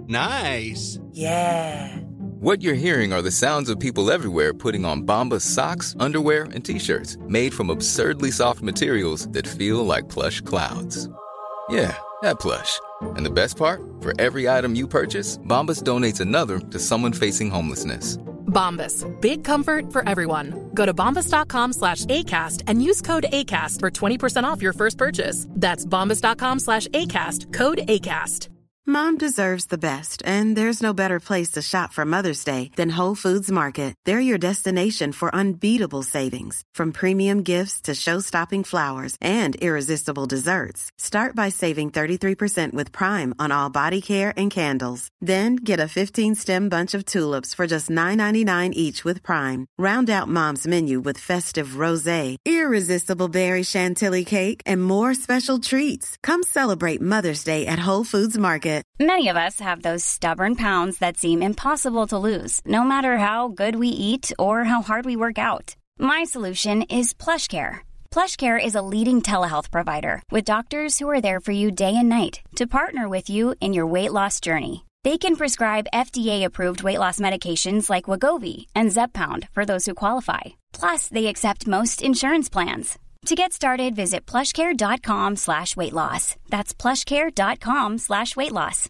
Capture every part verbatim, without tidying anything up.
Nice. Yeah. What you're hearing are the sounds of people everywhere putting on Bombas socks, underwear, and T-shirts made from absurdly soft materials that feel like plush clouds. Yeah, that plush. And the best part? For every item you purchase, Bombas donates another to someone facing homelessness. Bombas. Big comfort for everyone. Go to bombas.com slash ACAST and use code ACAST for twenty percent off your first purchase. That's bombas.com slash ACAST. Code ACAST. Mom deserves the best, and there's no better place to shop for Mother's Day than Whole Foods Market. They're your destination for unbeatable savings, from premium gifts to show-stopping flowers and irresistible desserts. Start by saving thirty-three percent with Prime on all body care and candles. Then get a fifteen-stem bunch of tulips for just nine ninety-nine each with Prime. Round out Mom's menu with festive rosé, irresistible berry chantilly cake, and more special treats. Come celebrate Mother's Day at Whole Foods Market. Many of us have those stubborn pounds that seem impossible to lose, no matter how good we eat or how hard we work out. My solution is PlushCare. PlushCare is a leading telehealth provider with doctors who are there for you day and night to partner with you in your weight loss journey. They can prescribe F D A-approved weight loss medications like Wegovy and Zepbound for those who qualify. Plus, they accept most insurance plans. To get started, visit plushcare.com slash weight loss. That's plushcare.com slash weight loss.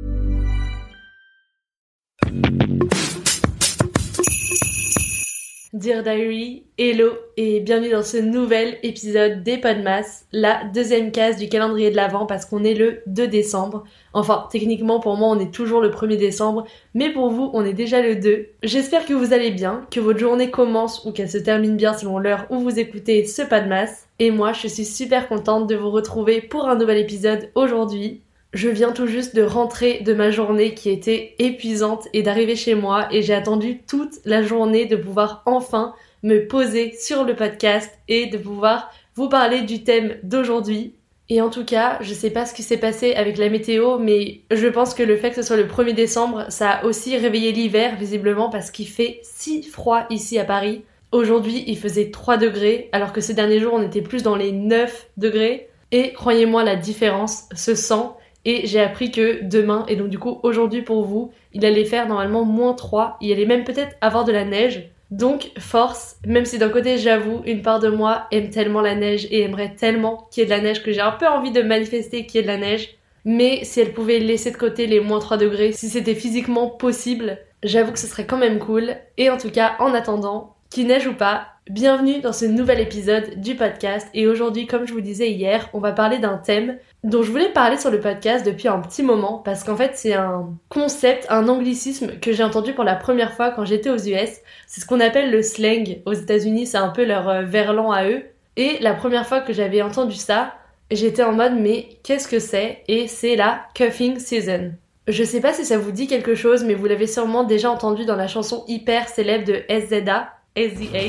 Dear Diary, hello et bienvenue dans ce nouvel épisode des Podmas, la deuxième case du calendrier de l'Avent parce qu'on est le deux décembre. Enfin, techniquement pour moi on est toujours le premier décembre, mais pour vous on est déjà le deux. J'espère que vous allez bien, que votre journée commence ou qu'elle se termine bien selon l'heure où vous écoutez ce Podmas. Et moi je suis super contente de vous retrouver pour un nouvel épisode aujourd'hui. Je viens tout juste de rentrer de ma journée qui était épuisante et d'arriver chez moi et j'ai attendu toute la journée de pouvoir enfin me poser sur le podcast et de pouvoir vous parler du thème d'aujourd'hui. Et en tout cas, je sais pas ce qui s'est passé avec la météo, mais je pense que le fait que ce soit le premier décembre, ça a aussi réveillé l'hiver visiblement parce qu'il fait si froid ici à Paris. Aujourd'hui, il faisait trois degrés alors que ces derniers jours, on était plus dans les neuf degrés. Et croyez-moi, la différence se sent. Et j'ai appris que demain, et donc du coup aujourd'hui pour vous, il allait faire normalement moins trois, il allait même peut-être avoir de la neige. Donc force, même si d'un côté j'avoue, une part de moi aime tellement la neige et aimerait tellement qu'il y ait de la neige que j'ai un peu envie de manifester qu'il y ait de la neige. Mais si elle pouvait laisser de côté les moins trois degrés, si c'était physiquement possible, j'avoue que ce serait quand même cool. Et en tout cas, en attendant, qu'il neige ou pas, bienvenue dans ce nouvel épisode du podcast. Et aujourd'hui, comme je vous disais hier, on va parler d'un thème dont je voulais parler sur le podcast depuis un petit moment parce qu'en fait c'est un concept, un anglicisme que j'ai entendu pour la première fois quand j'étais aux U S. C'est ce qu'on appelle le slang aux États-Unis, c'est un peu leur euh, verlan à eux. Et la première fois que j'avais entendu ça, j'étais en mode mais qu'est-ce que c'est? Et c'est la cuffing season. Je sais pas si ça vous dit quelque chose, mais vous l'avez sûrement déjà entendu dans la chanson hyper célèbre de S Z A, S Z A.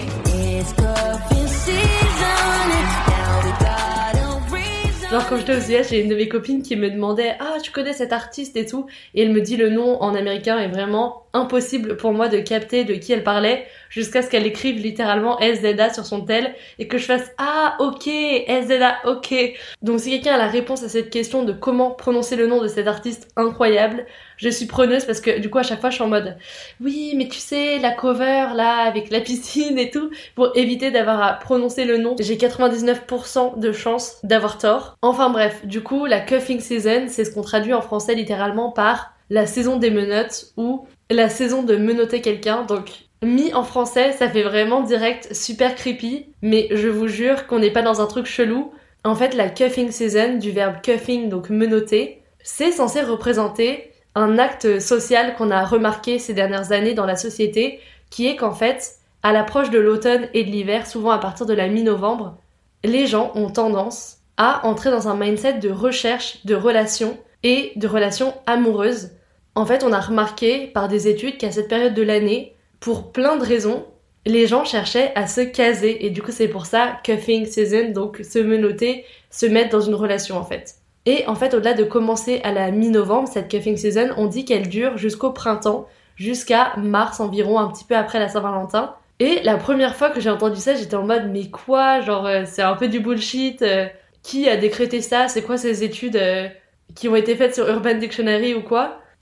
Genre quand j'étais aux U S, j'ai une de mes copines qui me demandait « Ah, tu connais cet artiste et tout ?» Et elle me dit le nom en américain est vraiment impossible pour moi de capter de qui elle parlait jusqu'à ce qu'elle écrive littéralement S Z A sur son tel et que je fasse « Ah, ok, S Z A, ok !» Donc si quelqu'un a la réponse à cette question de comment prononcer le nom de cet artiste incroyable, je suis preneuse parce que du coup à chaque fois je suis en mode « Oui, mais tu sais, la cover là avec la piscine et tout » pour éviter d'avoir à prononcer le nom. J'ai quatre-vingt-dix-neuf pour cent de chance d'avoir tort. Enfin bref, du coup la cuffing season, c'est ce qu'on traduit en français littéralement par la saison des menottes ou la saison de menotter quelqu'un. Donc mis en français, ça fait vraiment direct super creepy, mais je vous jure qu'on n'est pas dans un truc chelou. En fait, la cuffing season, du verbe cuffing, donc menotter, c'est censé représenter un acte social qu'on a remarqué ces dernières années dans la société, qui est qu'en fait, à l'approche de l'automne et de l'hiver, souvent à partir de la mi-novembre, les gens ont tendance à entrer dans un mindset de recherche de relations et de relations amoureuses. En fait, on a remarqué par des études qu'à cette période de l'année, pour plein de raisons, les gens cherchaient à se caser. Et du coup, c'est pour ça, cuffing season, donc se menotter, se mettre dans une relation en fait. Et en fait, au-delà de commencer à la mi-novembre, cette cuffing season, on dit qu'elle dure jusqu'au printemps, jusqu'à mars environ, un petit peu après la Saint-Valentin. Et la première fois que j'ai entendu ça, j'étais en mode, mais quoi? Genre, euh, c'est un peu du bullshit. Euh, qui a décrété ça? C'est quoi ces études euh, qui ont été faites sur Urban Dictionary ou quoi?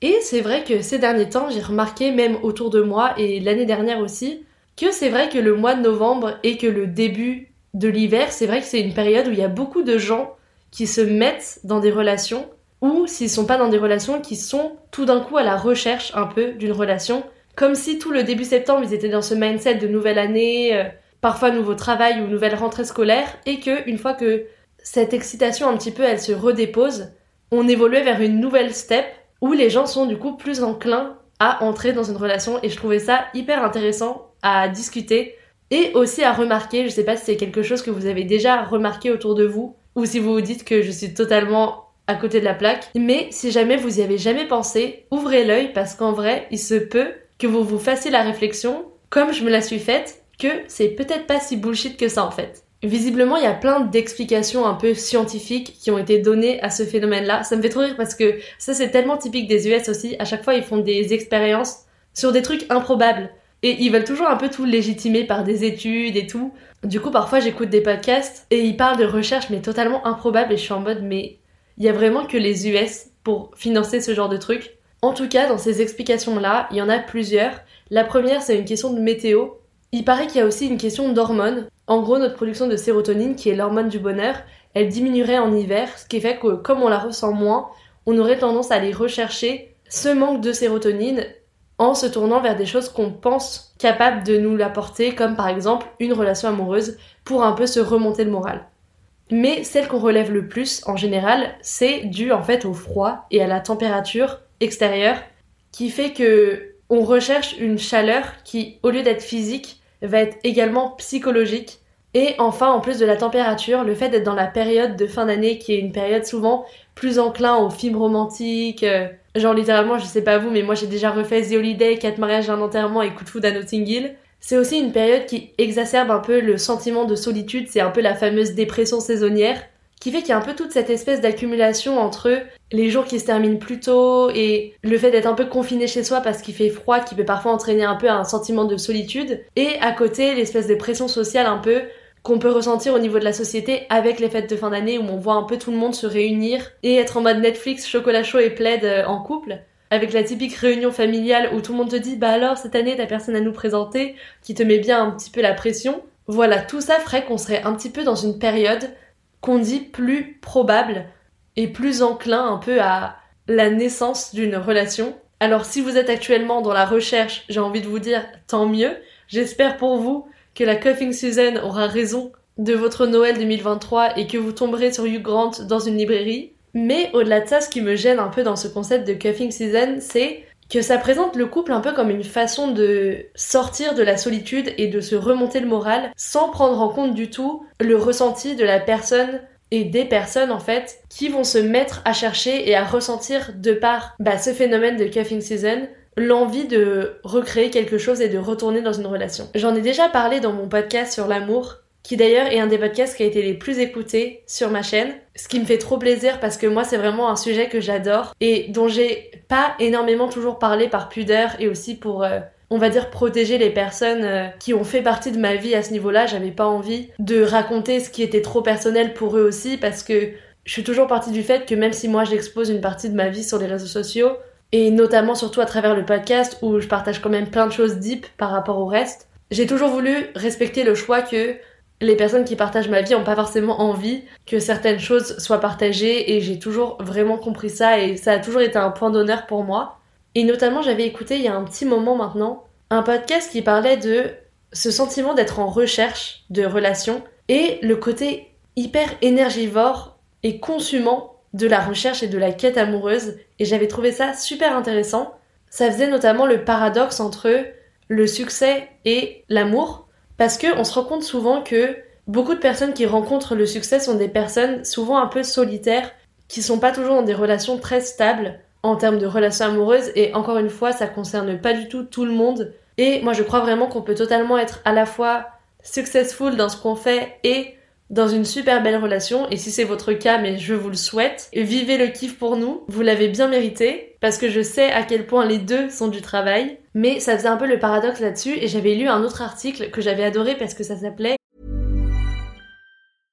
Et c'est vrai que ces derniers temps, j'ai remarqué, même autour de moi, et l'année dernière aussi, que c'est vrai que le mois de novembre et que le début de l'hiver, c'est vrai que c'est une période où il y a beaucoup de gens qui se mettent dans des relations, ou s'ils sont pas dans des relations, qui sont tout d'un coup à la recherche un peu d'une relation, comme si tout le début septembre, ils étaient dans ce mindset de nouvelle année, euh, parfois nouveau travail ou nouvelle rentrée scolaire, et que une fois que cette excitation un petit peu, elle se redépose, on évoluait vers une nouvelle step, où les gens sont du coup plus enclins à entrer dans une relation, et je trouvais ça hyper intéressant à discuter et aussi à remarquer. Je sais pas si c'est quelque chose que vous avez déjà remarqué autour de vous, ou si vous vous dites que je suis totalement à côté de la plaque, mais si jamais vous y avez jamais pensé, ouvrez l'œil, parce qu'en vrai, il se peut que vous vous fassiez la réflexion, comme je me la suis faite, que c'est peut-être pas si bullshit que ça en fait. Visiblement, il y a plein d'explications un peu scientifiques qui ont été données à ce phénomène-là. Ça me fait trop rire parce que ça, c'est tellement typique des U S aussi. À chaque fois, ils font des expériences sur des trucs improbables. Et ils veulent toujours un peu tout légitimer par des études et tout. Du coup, parfois, j'écoute des podcasts et ils parlent de recherches, mais totalement improbables. Et je suis en mode, mais il y a vraiment que les U S pour financer ce genre de trucs. En tout cas, dans ces explications-là, il y en a plusieurs. La première, c'est une question de météo. Il paraît qu'il y a aussi une question d'hormones. En gros, notre production de sérotonine, qui est l'hormone du bonheur, elle diminuerait en hiver, ce qui fait que comme on la ressent moins, on aurait tendance à aller rechercher ce manque de sérotonine en se tournant vers des choses qu'on pense capables de nous l'apporter, comme par exemple une relation amoureuse, pour un peu se remonter le moral. Mais celle qu'on relève le plus, en général, c'est dû en fait au froid et à la température extérieure, qui fait que on recherche une chaleur qui, au lieu d'être physique, va être également psychologique. Et enfin, en plus de la température, le fait d'être dans la période de fin d'année, qui est une période souvent plus enclin aux films romantiques, euh, genre littéralement, je sais pas vous, mais moi j'ai déjà refait The Holiday, quatre mariages, un enterrement et coup de foudre à Notting Hill. C'est aussi une période qui exacerbe un peu le sentiment de solitude, c'est un peu la fameuse dépression saisonnière, qui fait qu'il y a un peu toute cette espèce d'accumulation entre les jours qui se terminent plus tôt et le fait d'être un peu confiné chez soi parce qu'il fait froid, qui peut parfois entraîner un peu un sentiment de solitude, et à côté l'espèce de pression sociale un peu qu'on peut ressentir au niveau de la société avec les fêtes de fin d'année où on voit un peu tout le monde se réunir et être en mode Netflix, chocolat chaud et plaid en couple, avec la typique réunion familiale où tout le monde te dit « Bah alors, cette année, t'as personne à nous présenter ?» qui te met bien un petit peu la pression. Voilà, tout ça ferait qu'on serait un petit peu dans une période qu'on dit plus probable et plus enclin un peu à la naissance d'une relation. Alors si vous êtes actuellement dans la recherche, j'ai envie de vous dire tant mieux. J'espère pour vous que la cuffing season aura raison de votre Noël deux mille vingt-trois et que vous tomberez sur Hugh Grant dans une librairie. Mais au-delà de ça, ce qui me gêne un peu dans ce concept de cuffing season, c'est que ça présente le couple un peu comme une façon de sortir de la solitude et de se remonter le moral sans prendre en compte du tout le ressenti de la personne et des personnes en fait qui vont se mettre à chercher et à ressentir de par bah, ce phénomène de cuffing season l'envie de recréer quelque chose et de retourner dans une relation. J'en ai déjà parlé dans mon podcast sur l'amour, qui d'ailleurs est un des podcasts qui a été les plus écoutés sur ma chaîne, ce qui me fait trop plaisir parce que moi c'est vraiment un sujet que j'adore et dont j'ai pas énormément toujours parlé par pudeur et aussi pour, euh, on va dire, protéger les personnes euh, qui ont fait partie de ma vie à ce niveau-là. J'avais pas envie de raconter ce qui était trop personnel pour eux aussi parce que je suis toujours partie du fait que même si moi j'expose une partie de ma vie sur les réseaux sociaux et notamment surtout à travers le podcast où je partage quand même plein de choses deep par rapport au reste, j'ai toujours voulu respecter le choix que les personnes qui partagent ma vie n'ont pas forcément envie que certaines choses soient partagées et j'ai toujours vraiment compris ça et ça a toujours été un point d'honneur pour moi. Et notamment, j'avais écouté il y a un petit moment maintenant un podcast qui parlait de ce sentiment d'être en recherche de relations et le côté hyper énergivore et consumant de la recherche et de la quête amoureuse et j'avais trouvé ça super intéressant. Ça faisait notamment le paradoxe entre le succès et l'amour. Parce qu'on se rend compte souvent que beaucoup de personnes qui rencontrent le succès sont des personnes souvent un peu solitaires, qui sont pas toujours dans des relations très stables en termes de relations amoureuses, et encore une fois, ça concerne pas du tout tout le monde. Et moi je crois vraiment qu'on peut totalement être à la fois successful dans ce qu'on fait et dans une super belle relation, et si c'est votre cas, mais je vous le souhaite, vivez le kiff pour nous, vous l'avez bien mérité, parce que je sais à quel point les deux sont du travail, mais ça faisait un peu le paradoxe là-dessus, et j'avais lu un autre article que j'avais adoré parce que ça s'appelait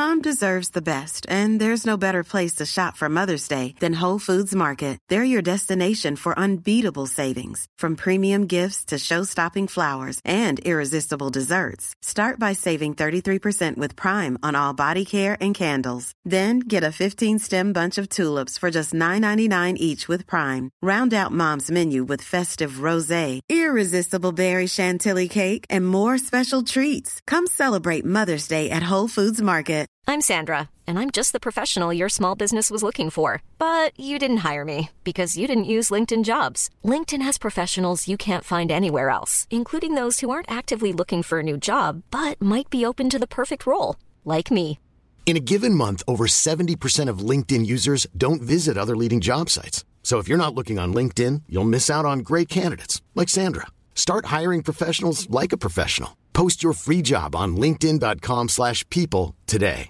Mom deserves the best, and there's no better place to shop for Mother's Day than Whole Foods Market. They're your destination for unbeatable savings, from premium gifts to show-stopping flowers and irresistible desserts. Start by saving thirty-three percent with Prime on all body care and candles. Then get a fifteen-stem bunch of tulips for just nine ninety-nine each with Prime. Round out Mom's menu with festive rosé, irresistible berry chantilly cake, and more special treats. Come celebrate Mother's Day at Whole Foods Market. I'm Sandra, and I'm just the professional your small business was looking for. But you didn't hire me because you didn't use LinkedIn Jobs. LinkedIn has professionals you can't find anywhere else, including those who aren't actively looking for a new job, but might be open to the perfect role, like me. In a given month, over seventy percent of LinkedIn users don't visit other leading job sites. So if you're not looking on LinkedIn, you'll miss out on great candidates, like Sandra. Start hiring professionals like a professional. Post your free job on linkedin.com slash people today.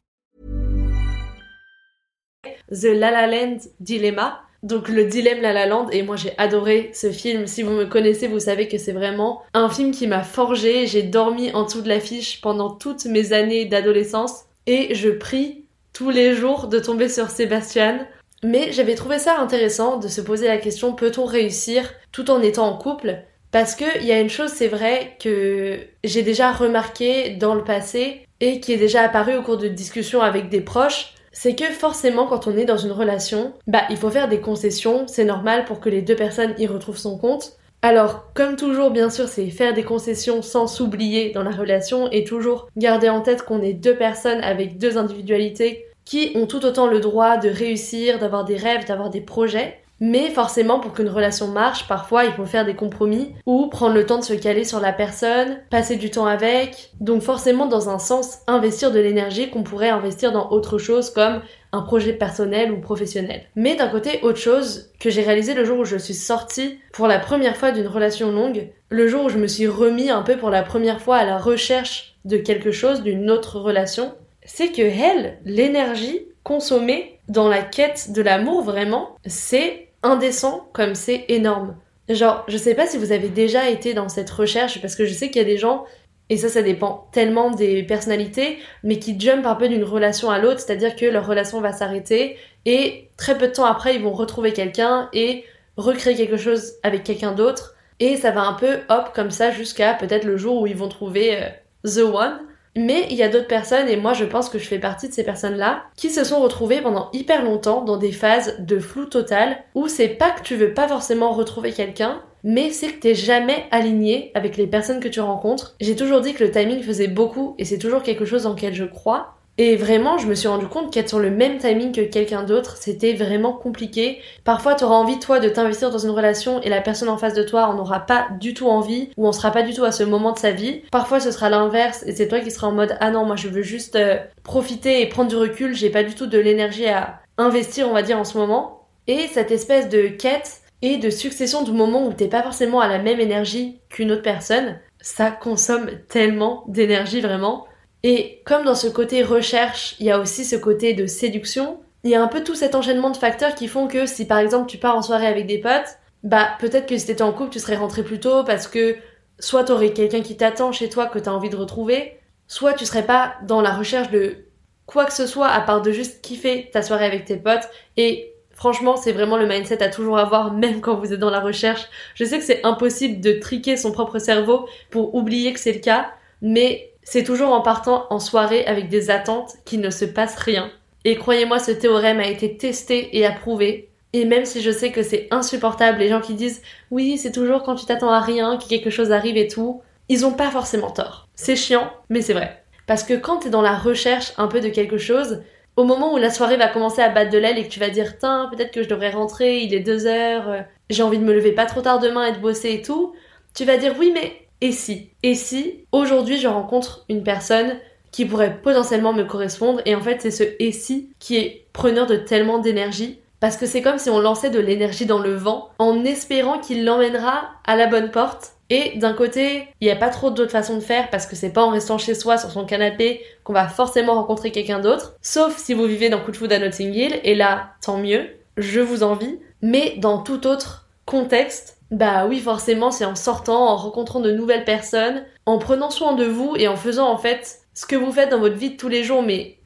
The La La Land Dilemma, donc le dilemme La La Land, et moi j'ai adoré ce film. Si vous me connaissez, vous savez que c'est vraiment un film qui m'a forgé. J'ai dormi en dessous de l'affiche pendant toutes mes années d'adolescence et je prie tous les jours de tomber sur Sébastien. Mais j'avais trouvé ça intéressant de se poser la question, peut-on réussir tout en étant en couple ? Parce qu'il y a une chose, c'est vrai, que j'ai déjà remarqué dans le passé et qui est déjà apparu au cours de discussions avec des proches, c'est que forcément quand on est dans une relation, bah il faut faire des concessions, c'est normal pour que les deux personnes y retrouvent son compte. Alors, comme toujours, bien sûr, c'est faire des concessions sans s'oublier dans la relation et toujours garder en tête qu'on est deux personnes avec deux individualités qui ont tout autant le droit de réussir, d'avoir des rêves, d'avoir des projets. Mais forcément, pour qu'une relation marche, parfois il faut faire des compromis ou prendre le temps de se caler sur la personne, passer du temps avec. Donc forcément, dans un sens, investir de l'énergie qu'on pourrait investir dans autre chose comme un projet personnel ou professionnel. Mais d'un côté, autre chose que j'ai réalisé le jour où je suis sortie pour la première fois d'une relation longue, le jour où je me suis remis un peu pour la première fois à la recherche de quelque chose, d'une autre relation, c'est que elle, l'énergie consommée dans la quête de l'amour vraiment, c'est indécent comme c'est énorme. Genre, je sais pas si vous avez déjà été dans cette recherche, parce que je sais qu'il y a des gens, et ça ça dépend tellement des personnalités, mais qui jumpent un peu d'une relation à l'autre, c'est-à-dire que leur relation va s'arrêter, et très peu de temps après ils vont retrouver quelqu'un et recréer quelque chose avec quelqu'un d'autre, et ça va un peu hop comme ça jusqu'à peut-être le jour où ils vont trouver euh, the one. Mais il y a d'autres personnes, et moi je pense que je fais partie de ces personnes-là, qui se sont retrouvées pendant hyper longtemps dans des phases de flou total, où c'est pas que tu veux pas forcément retrouver quelqu'un, mais c'est que t'es jamais aligné avec les personnes que tu rencontres. J'ai toujours dit que le timing faisait beaucoup, et c'est toujours quelque chose dans lequel je crois. Et vraiment, je me suis rendu compte qu'être sur le même timing que quelqu'un d'autre, c'était vraiment compliqué. Parfois, t'auras envie, toi, de t'investir dans une relation et la personne en face de toi en aura pas du tout envie ou on sera pas du tout à ce moment de sa vie. Parfois, ce sera l'inverse et c'est toi qui seras en mode « Ah non, moi, je veux juste euh, profiter et prendre du recul, j'ai pas du tout de l'énergie à investir, on va dire, en ce moment. » Et cette espèce de quête et de succession du moment où t'es pas forcément à la même énergie qu'une autre personne, ça consomme tellement d'énergie, vraiment. Et comme dans ce côté recherche, il y a aussi ce côté de séduction, il y a un peu tout cet enchaînement de facteurs qui font que si par exemple tu pars en soirée avec des potes, bah peut-être que si t'étais en couple tu serais rentré plus tôt parce que soit t'aurais quelqu'un qui t'attend chez toi que t'as envie de retrouver, soit tu serais pas dans la recherche de quoi que ce soit à part de juste kiffer ta soirée avec tes potes. Et franchement c'est vraiment le mindset à toujours avoir même quand vous êtes dans la recherche. Je sais que c'est impossible de triquer son propre cerveau pour oublier que c'est le cas, mais c'est toujours en partant en soirée avec des attentes qu'il ne se passe rien. Et croyez-moi, ce théorème a été testé et approuvé. Et même si je sais que c'est insupportable, les gens qui disent « Oui, c'est toujours quand tu t'attends à rien que quelque chose arrive et tout », ils ont pas forcément tort. C'est chiant, mais c'est vrai. Parce que quand t'es dans la recherche un peu de quelque chose, au moment où la soirée va commencer à battre de l'aile et que tu vas dire « Tain, peut-être que je devrais rentrer, il est deux heures, j'ai envie de me lever pas trop tard demain et de bosser et tout », tu vas dire « Oui, mais... » Et si Et si, aujourd'hui, je rencontre une personne qui pourrait potentiellement me correspondre, et en fait, c'est ce « et si » qui est preneur de tellement d'énergie, parce que c'est comme si on lançait de l'énergie dans le vent, en espérant qu'il l'emmènera à la bonne porte. Et d'un côté, il n'y a pas trop d'autres façons de faire, parce que c'est pas en restant chez soi, sur son canapé, qu'on va forcément rencontrer quelqu'un d'autre, sauf si vous vivez dans Coup de Foudre à Notting Hill, et là, tant mieux, je vous envie, mais dans tout autre contexte, bah oui, forcément, c'est en sortant, en rencontrant de nouvelles personnes, en prenant soin de vous et en faisant en fait ce que vous faites dans votre vie de tous les jours, mais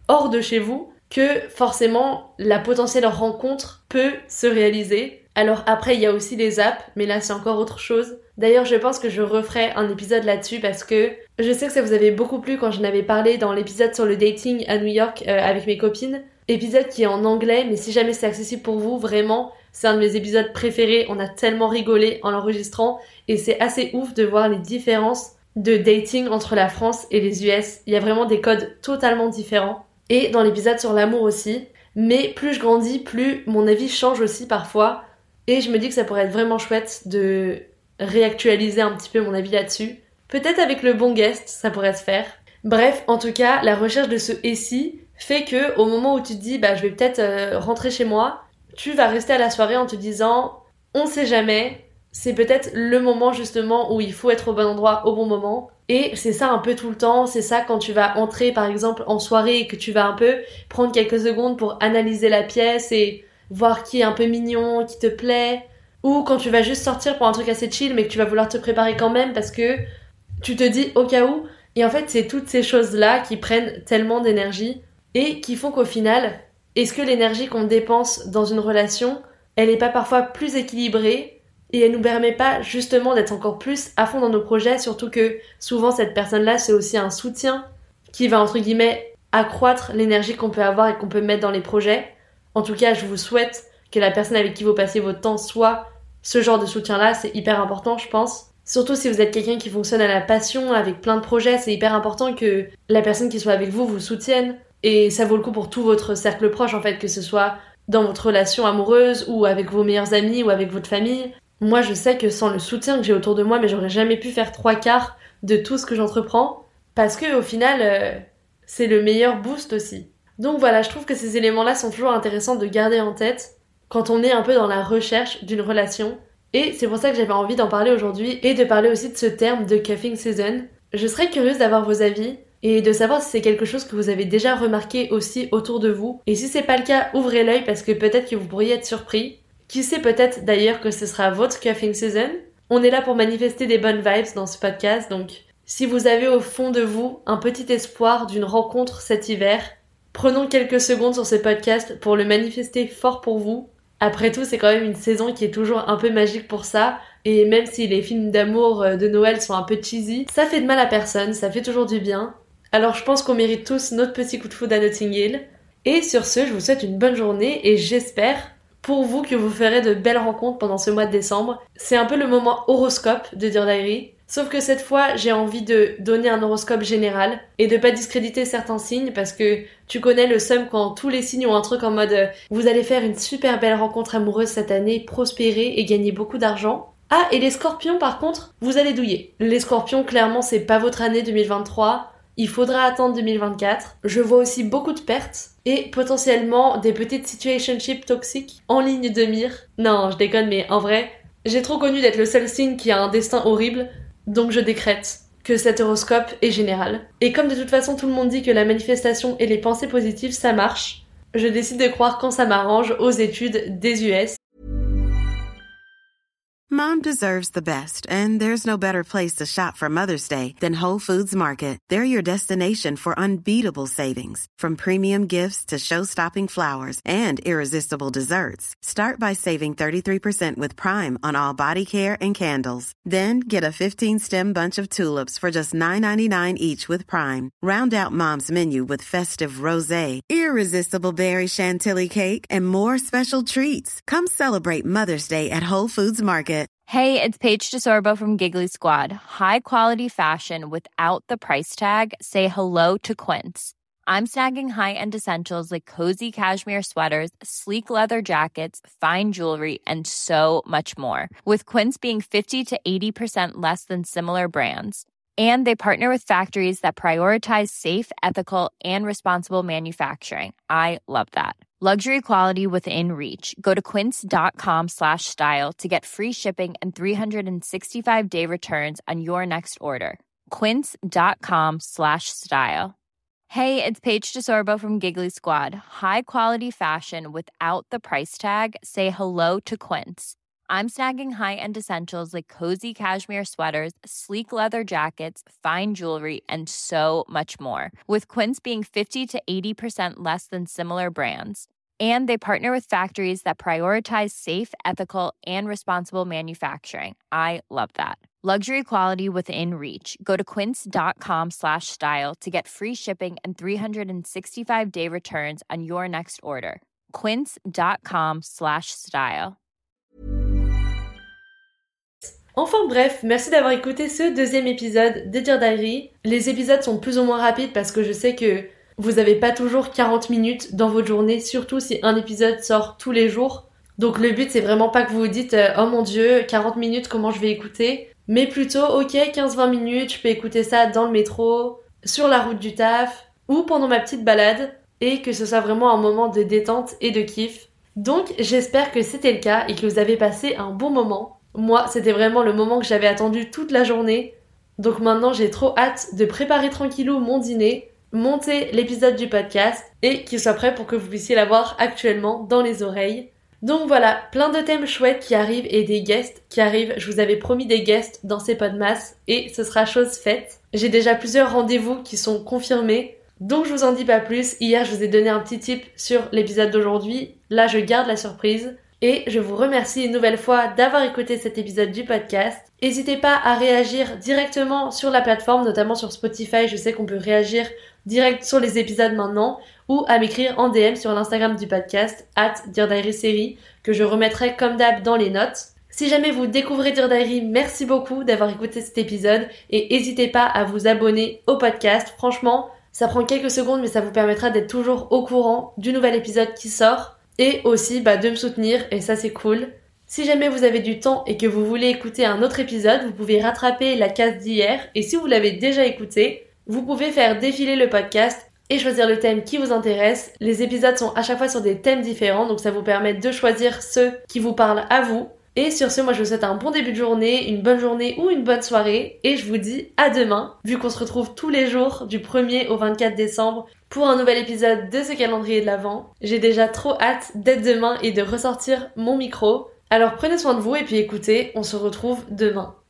hors de chez vous que forcément la potentielle rencontre peut se réaliser. Alors après, il y a aussi les apps, mais là c'est encore autre chose. D'ailleurs, je pense que je referai un épisode là-dessus parce que je sais que ça vous avait beaucoup plu quand j'en avais parlé dans l'épisode sur le dating à New York euh, avec mes copines. Épisode qui est en anglais, mais si jamais c'est accessible pour vous, vraiment, c'est un de mes épisodes préférés. On a tellement rigolé en l'enregistrant et c'est assez ouf de voir les différences de dating entre la France et les U S. Il y a vraiment des codes totalement différents. Et dans l'épisode sur l'amour aussi. Mais plus je grandis, plus mon avis change aussi parfois. Et je me dis que ça pourrait être vraiment chouette de réactualiser un petit peu mon avis là-dessus. Peut-être avec le bon guest, ça pourrait se faire. Bref, en tout cas, la recherche de ce « et si » fait que au moment où tu te dis bah je vais peut-être euh, rentrer chez moi, tu vas rester à la soirée en te disant on sait jamais, c'est peut-être le moment justement où il faut être au bon endroit au bon moment. Et c'est ça un peu tout le temps, c'est ça quand tu vas entrer par exemple en soirée et que tu vas un peu prendre quelques secondes pour analyser la pièce et voir qui est un peu mignon, qui te plaît, ou quand tu vas juste sortir pour un truc assez chill mais que tu vas vouloir te préparer quand même parce que tu te dis au cas où. Et en fait c'est toutes ces choses-là qui prennent tellement d'énergie et qui font qu'au final, est-ce que l'énergie qu'on dépense dans une relation, elle est pas parfois plus équilibrée et elle nous permet pas justement d'être encore plus à fond dans nos projets, surtout que souvent cette personne-là c'est aussi un soutien qui va entre guillemets accroître l'énergie qu'on peut avoir et qu'on peut mettre dans les projets. En tout cas, je vous souhaite que la personne avec qui vous passez votre temps soit ce genre de soutien-là, c'est hyper important je pense. Surtout si vous êtes quelqu'un qui fonctionne à la passion, avec plein de projets, c'est hyper important que la personne qui soit avec vous vous soutienne. Et ça vaut le coup pour tout votre cercle proche en fait, que ce soit dans votre relation amoureuse ou avec vos meilleurs amis ou avec votre famille. Moi je sais que sans le soutien que j'ai autour de moi, mais j'aurais jamais pu faire trois quarts de tout ce que j'entreprends parce que au final euh, c'est le meilleur boost aussi. Donc voilà, je trouve que ces éléments-là sont toujours intéressants de garder en tête quand on est un peu dans la recherche d'une relation. Et c'est pour ça que j'avais envie d'en parler aujourd'hui et de parler aussi de ce terme de cuffing season. Je serais curieuse d'avoir vos avis et de savoir si c'est quelque chose que vous avez déjà remarqué aussi autour de vous. Et si c'est pas le cas, ouvrez l'œil parce que peut-être que vous pourriez être surpris. Qui sait peut-être d'ailleurs que ce sera votre cuffing season. On est là pour manifester des bonnes vibes dans ce podcast, donc si vous avez au fond de vous un petit espoir d'une rencontre cet hiver, prenons quelques secondes sur ce podcast pour le manifester fort pour vous. Après tout, c'est quand même une saison qui est toujours un peu magique pour ça, et même si les films d'amour de Noël sont un peu cheesy, ça fait de mal à personne, ça fait toujours du bien. Alors je pense qu'on mérite tous notre petit coup de foudre à Notting Hill. Et sur ce, je vous souhaite une bonne journée, et j'espère pour vous que vous ferez de belles rencontres pendant ce mois de décembre. C'est un peu le moment horoscope de Dear Diary. Sauf que cette fois, j'ai envie de donner un horoscope général et de pas discréditer certains signes parce que tu connais le seum quand tous les signes ont un truc en mode euh, vous allez faire une super belle rencontre amoureuse cette année, prospérer et gagner beaucoup d'argent. Ah, et les scorpions par contre, vous allez douiller. Les scorpions, clairement, c'est pas votre année deux mille vingt-trois. Il faudra attendre deux mille vingt-quatre. Je vois aussi beaucoup de pertes et potentiellement des petites situationships toxiques en ligne de mire. Non, je déconne, mais en vrai, j'ai trop connu d'être le seul signe qui a un destin horrible. Donc je décrète que cet horoscope est général. Et comme de toute façon tout le monde dit que la manifestation et les pensées positives ça marche, je décide de croire quand ça m'arrange aux études des U S. Mom deserves the best, and there's no better place to shop for Mother's Day than Whole Foods Market. They're your destination for unbeatable savings, from premium gifts to show-stopping flowers and irresistible desserts. Start by saving thirty-three percent with Prime on all body care and candles. Then get a fifteen-stem bunch of tulips for just nine ninety-nine each with Prime. Round out Mom's menu with festive rosé, irresistible berry chantilly cake, and more special treats. Come celebrate Mother's Day at Whole Foods Market. Hey, it's Paige DeSorbo from Giggly Squad. High quality fashion without the price tag. Say hello to Quince. I'm snagging high-end essentials like cozy cashmere sweaters, sleek leather jackets, fine jewelry, and so much more. With Quince being fifty to eighty percent less than similar brands. And they partner with factories that prioritize safe, ethical, and responsible manufacturing. I love that. Luxury quality within reach. Go to quince.com slash style to get free shipping and three sixty-five day returns on your next order. Quince.com slash style. Hey, it's Paige DeSorbo from Giggly Squad. High quality fashion without the price tag. Say hello to Quince. I'm snagging high-end essentials like cozy cashmere sweaters, sleek leather jackets, fine jewelry, and so much more. With Quince being fifty to eighty percent less than similar brands. And they partner with factories that prioritize safe, ethical, and responsible manufacturing. I love that. Luxury quality within reach. Go to quince.com slash style to get free shipping and three sixty-five day returns on your next order. Quince.com slash style. Enfin bref, merci d'avoir écouté ce deuxième épisode des Dear Diary. Les épisodes sont plus ou moins rapides parce que je sais que vous n'avez pas toujours quarante minutes dans votre journée, surtout si un épisode sort tous les jours. Donc le but, c'est vraiment pas que vous vous dites euh, « Oh mon Dieu, quarante minutes, comment je vais écouter ?» Mais plutôt « Ok, quinze vingt minutes, je peux écouter ça dans le métro, sur la route du taf, ou pendant ma petite balade. » Et que ce soit vraiment un moment de détente et de kiff. Donc j'espère que c'était le cas et que vous avez passé un bon moment. Moi, c'était vraiment le moment que j'avais attendu toute la journée. Donc maintenant, j'ai trop hâte de préparer tranquillou mon dîner, monter l'épisode du podcast et qu'il soit prêt pour que vous puissiez l'avoir actuellement dans les oreilles. Donc voilà, plein de thèmes chouettes qui arrivent et des guests qui arrivent. Je vous avais promis des guests dans ces podmas et ce sera chose faite. J'ai déjà plusieurs rendez-vous qui sont confirmés, donc je vous en dis pas plus. Hier, je vous ai donné un petit tip sur l'épisode d'aujourd'hui. Là, je garde la surprise. Et je vous remercie une nouvelle fois d'avoir écouté cet épisode du podcast. N'hésitez pas à réagir directement sur la plateforme, notamment sur Spotify. Je sais qu'on peut réagir direct sur les épisodes maintenant, ou à m'écrire en D M sur l'Instagram du podcast, arobase Dear Diary série, que je remettrai comme d'hab dans les notes. Si jamais vous découvrez Dear Diary, merci beaucoup d'avoir écouté cet épisode et n'hésitez pas à vous abonner au podcast. Franchement, ça prend quelques secondes, mais ça vous permettra d'être toujours au courant du nouvel épisode qui sort. Et aussi bah, de me soutenir, et ça c'est cool. Si jamais vous avez du temps et que vous voulez écouter un autre épisode, vous pouvez rattraper la case d'hier. Et si vous l'avez déjà écouté, vous pouvez faire défiler le podcast et choisir le thème qui vous intéresse. Les épisodes sont à chaque fois sur des thèmes différents, donc ça vous permet de choisir ceux qui vous parlent à vous. Et sur ce, moi je vous souhaite un bon début de journée, une bonne journée ou une bonne soirée. Et je vous dis à demain, vu qu'on se retrouve tous les jours du premier au vingt-quatre décembre pour un nouvel épisode de ce calendrier de l'Avent. J'ai déjà trop hâte d'être demain et de ressortir mon micro. Alors prenez soin de vous et puis écoutez, on se retrouve demain.